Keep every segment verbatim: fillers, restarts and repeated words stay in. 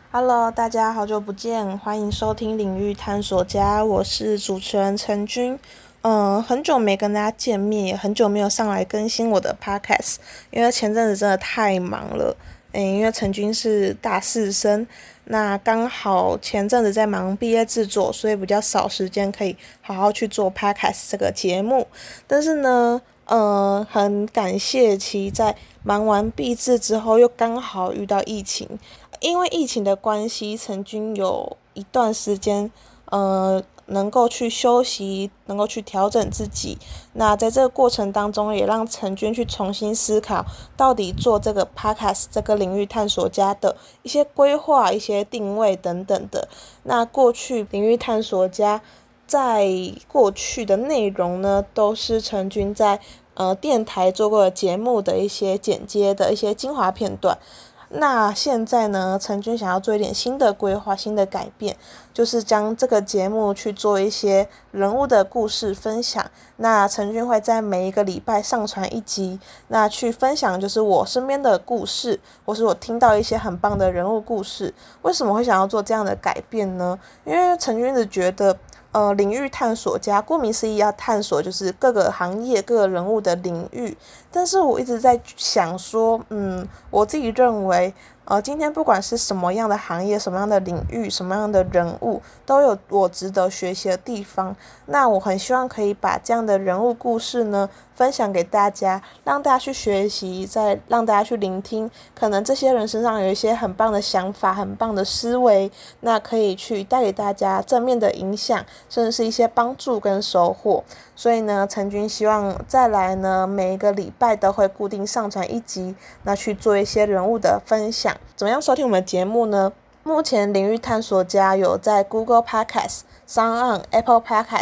Hello，大家好久不见，欢迎收听领域探索家，我是主持人陈君。嗯，很久没跟大家见面，也很久没有上来更新我的 podcast，因为前阵子真的太忙了。嗯，因为陈君是大四生，那刚好前阵子在忙毕业制作，所以比较少时间可以好好去做 podcast 这个节目。但是呢，呃，很感谢其在忙完毕制之后，又刚好遇到疫情。因为疫情的关系，陈君有一段时间，呃，能够去休息，能够去调整自己。那在这个过程当中，也让陈君去重新思考，到底做这个 podcast 这个领域探索家的一些规划、一些定位等等的。那过去领域探索家在过去的内容呢，都是陈君在呃电台做过的节目的一些剪接的一些精华片段。那现在呢，陈君想要做一点新的规划、新的改变，就是将这个节目去做一些人物的故事分享。那陈君会在每一个礼拜上传一集，那去分享就是我身边的故事，或是我听到一些很棒的人物故事。为什么会想要做这样的改变呢？因为陈君一直觉得呃，领域探索家，顾名思义要探索就是各个行业、各个人物的领域。但是我一直在想说，嗯，我自己认为，呃，今天不管是什么样的行业、什么样的领域、什么样的人物，都有我值得学习的地方。那我很希望可以把这样的人物故事呢，分享给大家，让大家去学习，再让大家去聆听。可能这些人身上有一些很棒的想法、很棒的思维，那可以去带给大家正面的影响，甚至是一些帮助跟收获。所以呢，陈君希望再来呢，每一个礼拜都会固定上传一集，那去做一些人物的分享。怎么样收听我们的节目呢？目前领域探索家有在 Google Podcast、SoundOn、Apple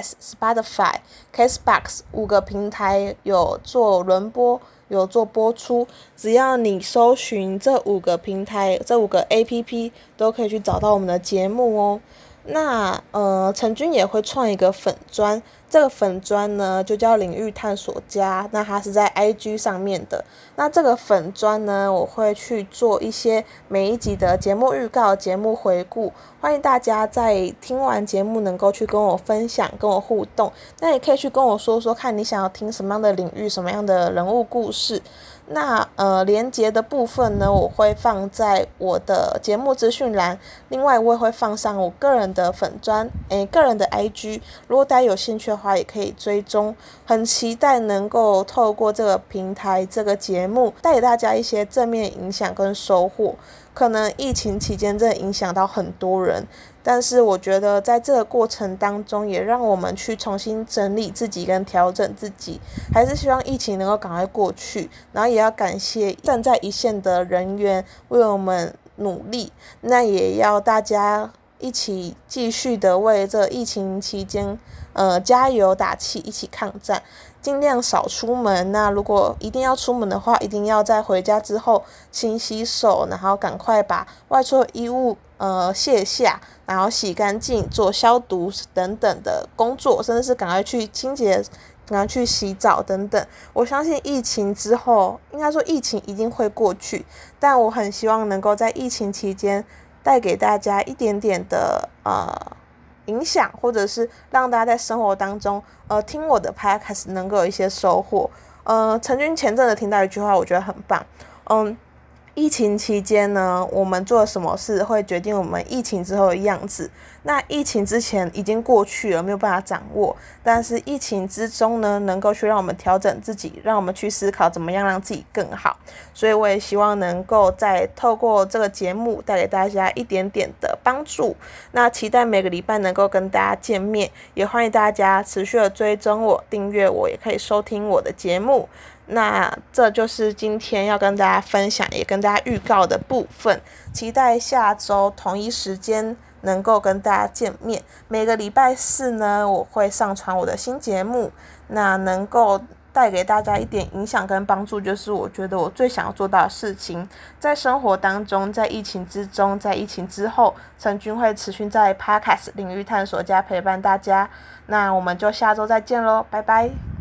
Podcast、Spotify、Castbox 五个平台有做轮播，有做播出。只要你搜寻这五个平台、这五个 A P P， 都可以去找到我们的节目哦。那呃，陈君也会创一个粉专，这个粉专呢就叫领域探索家，那它是在 I G 上面的。那这个粉专呢，我会去做一些每一集的节目预告、节目回顾，欢迎大家在听完节目能够去跟我分享、跟我互动。那也可以去跟我说说看你想要听什么样的领域、什么样的人物故事。那呃，连结的部分呢，我会放在我的节目资讯栏。另外，我也会放上我个人的粉专，诶，个人的 I G。如果大家有兴趣的话，也可以追踪。很期待能够透过这个平台、这个节目，带给大家一些正面影响跟收获。可能疫情期间真的影响到很多人，但是我觉得在这个过程当中，也让我们去重新整理自己跟调整自己。还是希望疫情能够赶快过去，然后也要感谢站在一线的人员为我们努力。那也要大家一起继续的为这疫情期间呃加油打气，一起抗战。尽量少出门，那如果一定要出门的话，一定要在回家之后勤洗手，然后赶快把外出的衣物呃卸下，然后洗干净，做消毒等等的工作，甚至是赶快去清洁，赶快去洗澡等等。我相信疫情之后，应该说疫情一定会过去，但我很希望能够在疫情期间带给大家一点点的呃影响，或者是让大家在生活当中呃听我的 podcast 能够有一些收获。呃，陈君前阵子听到一句话，我觉得很棒。嗯，疫情期间呢，我们做什么事会决定我们疫情之后的样子。那疫情之前已经过去了，没有办法掌握，但是疫情之中呢，能够去让我们调整自己，让我们去思考怎么样让自己更好。所以我也希望能够再透过这个节目带给大家一点点的帮助。那期待每个礼拜能够跟大家见面，也欢迎大家持续的追踪我、订阅我，也可以收听我的节目。那这就是今天要跟大家分享，也跟大家预告的部分。期待下周同一时间能够跟大家见面。每个礼拜四呢，我会上传我的新节目，那能够带给大家一点影响跟帮助，就是我觉得我最想要做到的事情。在生活当中，在疫情之中，在疫情之后，陈君会持续在 Podcast 领域探索家陪伴大家。那我们就下周再见咯，拜拜。